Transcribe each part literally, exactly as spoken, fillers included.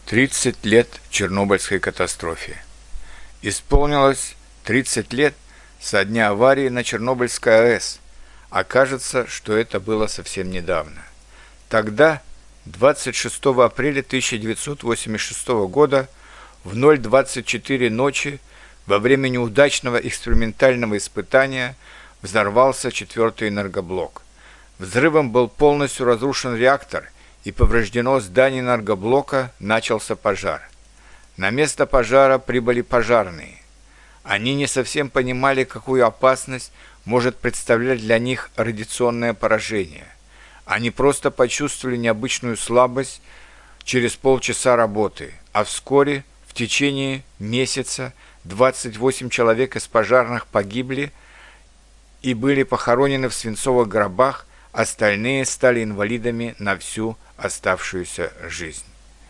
тридцать лет Чернобыльской катастрофе. Исполнилось тридцать лет со дня аварии на Чернобыльской АЭС, а кажется, что это было совсем недавно. Тогда, двадцать шестого апреля тысяча девятьсот восемьдесят шестого года, в ноль двадцать четыре ночи, во время неудачного экспериментального испытания, взорвался четвертый энергоблок. Взрывом был полностью разрушен реактор, и повреждено здание энергоблока, начался пожар. На место пожара прибыли пожарные. Они не совсем понимали, какую опасность может представлять для них радиационное поражение. Они просто почувствовали необычную слабость через полчаса работы, а вскоре, в течение месяца, двадцать восемь человек из пожарных погибли и были похоронены в свинцовых гробах, остальные стали инвалидами на всю оставшуюся жизнь.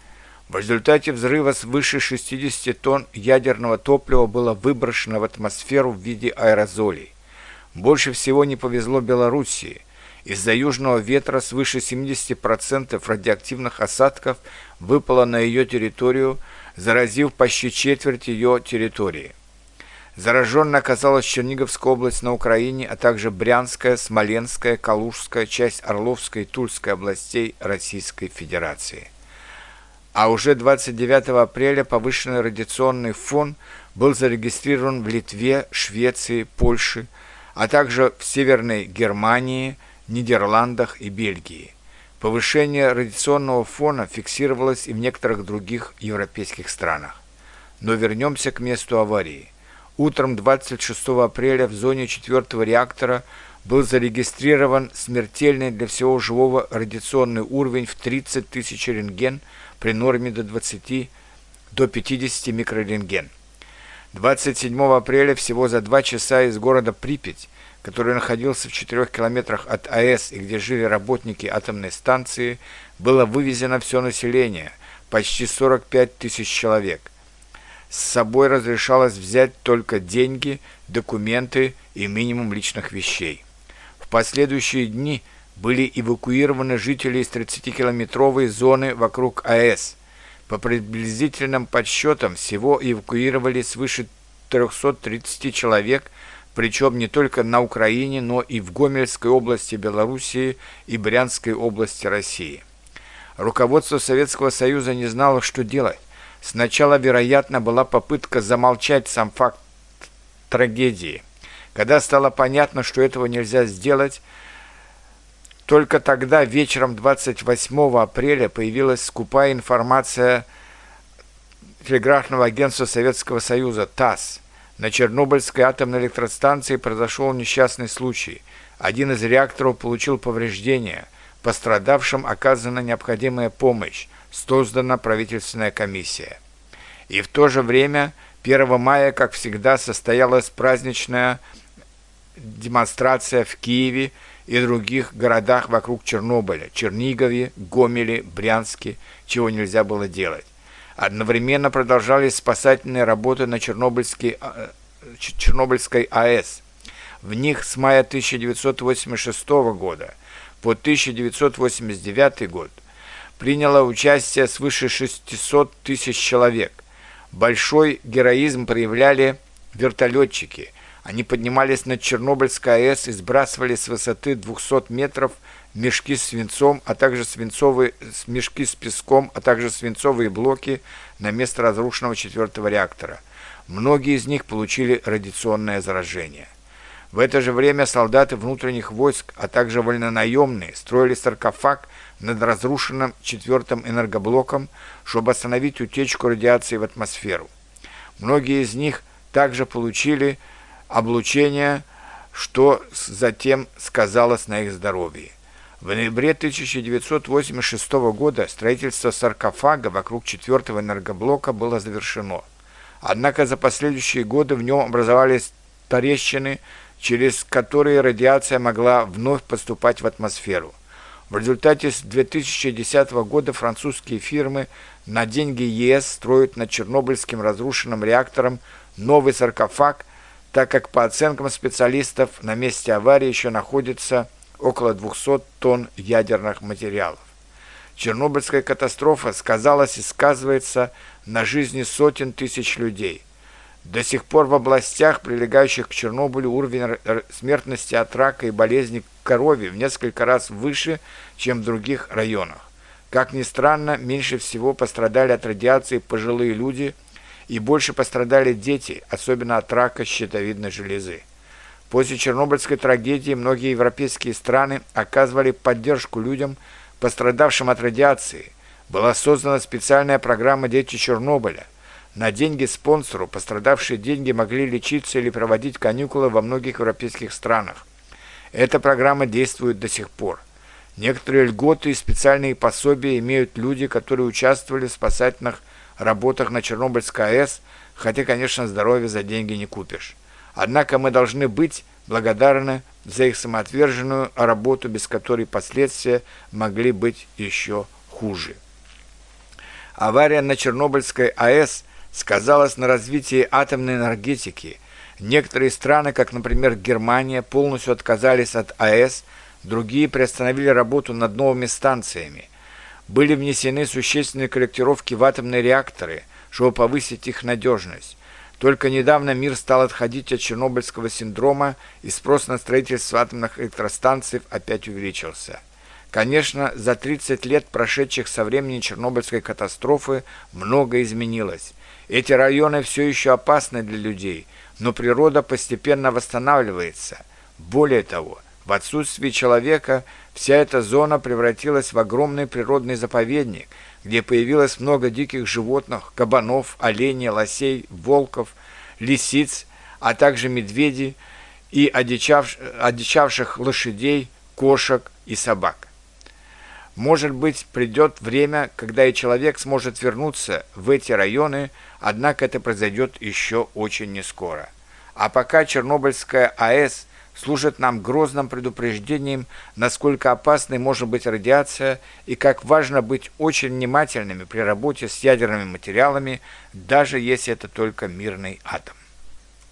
В результате взрыва свыше шестидесяти тонн ядерного топлива было выброшено в атмосферу в виде аэрозолей. Больше всего не повезло Белоруссии. Из-за южного ветра свыше семидесяти процентов радиоактивных осадков выпало на ее территорию, заразив почти четверть ее территории. Зараженной оказалась Черниговская область на Украине, а также Брянская, Смоленская, Калужская, часть Орловской и Тульской областей Российской Федерации. А уже двадцать девятого апреля повышенный радиационный фон был зарегистрирован в Литве, Швеции, Польше, а также в Северной Германии, Нидерландах и Бельгии. Повышение радиационного фона фиксировалось и в некоторых других европейских странах. Но вернемся к месту аварии. Утром двадцать шестого апреля в зоне четвертого реактора был зарегистрирован смертельный для всего живого радиационный уровень в тридцать тысяч рентген при норме до двадцати до пятидесяти микрорентген. двадцать седьмого апреля всего за два часа из города Припять, который находился в четырёх километрах от АЭС и где жили работники атомной станции, было вывезено все население, почти сорок пять тысяч человек. С собой разрешалось взять только деньги, документы и минимум личных вещей. В последующие дни были эвакуированы жители из тридцатикилометровой зоны вокруг АЭС. По приблизительным подсчетам всего эвакуировали свыше трёхсот тридцати человек, причем не только на Украине, но и в Гомельской области Белоруссии и Брянской области России. Руководство Советского Союза не знало, что делать. Сначала, вероятно, была попытка замолчать сам факт трагедии. Когда стало понятно, что этого нельзя сделать, только тогда вечером двадцать восьмого апреля появилась скупая информация телеграфного агентства Советского Союза ТАСС. На Чернобыльской атомной электростанции произошел несчастный случай. Один из реакторов получил повреждения. Пострадавшим оказана необходимая помощь. Создана правительственная комиссия. И в то же время первого мая, как всегда, состоялась праздничная демонстрация в Киеве и других городах вокруг Чернобыля, Чернигове, Гомеле, Брянске, чего нельзя было делать. Одновременно продолжались спасательные работы на Чернобыльской, Чернобыльской АЭС. В них с мая тысяча девятьсот восемьдесят шестого года по тысяча девятьсот восемьдесят девятый год приняло участие свыше шестисот тысяч человек. Большой героизм проявляли вертолетчики. Они поднимались над Чернобыльской АЭС и сбрасывали с высоты двухсот метров мешки с свинцом, а также свинцовые мешки с песком, а также свинцовые блоки на место разрушенного четвертого реактора. Многие из них получили радиационное заражение. В это же время солдаты внутренних войск, а также вольнонаемные, строили саркофаг над разрушенным четвертым энергоблоком, чтобы остановить утечку радиации в атмосферу. Многие из них также получили облучение, что затем сказалось на их здоровье. В ноябре тысяча девятьсот восемьдесят шестого года строительство саркофага вокруг четвертого энергоблока было завершено. Однако за последующие годы в нем образовались трещины, через которые радиация могла вновь поступать в атмосферу. В результате с две тысячи десятого года французские фирмы на деньги ЕС строят над Чернобыльским разрушенным реактором новый саркофаг, так как по оценкам специалистов на месте аварии еще находится около двухсот тонн ядерных материалов. Чернобыльская катастрофа сказалась и сказывается на жизни сотен тысяч людей. До сих пор в областях, прилегающих к Чернобылю, уровень смертности от рака и болезней крови в несколько раз выше, чем в других районах. Как ни странно, меньше всего пострадали от радиации пожилые люди и больше пострадали дети, особенно от рака щитовидной железы. После Чернобыльской трагедии многие европейские страны оказывали поддержку людям, пострадавшим от радиации. Была создана специальная программа «Дети Чернобыля». На деньги спонсору пострадавшие деньги могли лечиться или проводить каникулы во многих европейских странах. Эта программа действует до сих пор. Некоторые льготы и специальные пособия имеют люди, которые участвовали в спасательных работах на Чернобыльской АЭС, хотя, конечно, здоровье за деньги не купишь. Однако мы должны быть благодарны за их самоотверженную работу, без которой последствия могли быть еще хуже. Авария на Чернобыльской АЭС сказалась на развитии атомной энергетики. Некоторые страны, как, например, Германия, полностью отказались от АЭС, другие приостановили работу над новыми станциями. Были внесены существенные корректировки в атомные реакторы, чтобы повысить их надежность. Только недавно мир стал отходить от чернобыльского синдрома, и спрос на строительство атомных электростанций опять увеличился. Конечно, за тридцать лет, прошедших со времени Чернобыльской катастрофы, многое изменилось. Эти районы все еще опасны для людей, но природа постепенно восстанавливается. Более того, в отсутствие человека вся эта зона превратилась в огромный природный заповедник, где появилось много диких животных, кабанов, оленей, лосей, волков, лисиц, а также медведей и одичав... одичавших лошадей, кошек и собак. Может быть, придет время, когда и человек сможет вернуться в эти районы, однако это произойдет еще очень нескоро. А пока Чернобыльская АЭС служит нам грозным предупреждением, насколько опасной может быть радиация и как важно быть очень внимательными при работе с ядерными материалами, даже если это только мирный атом.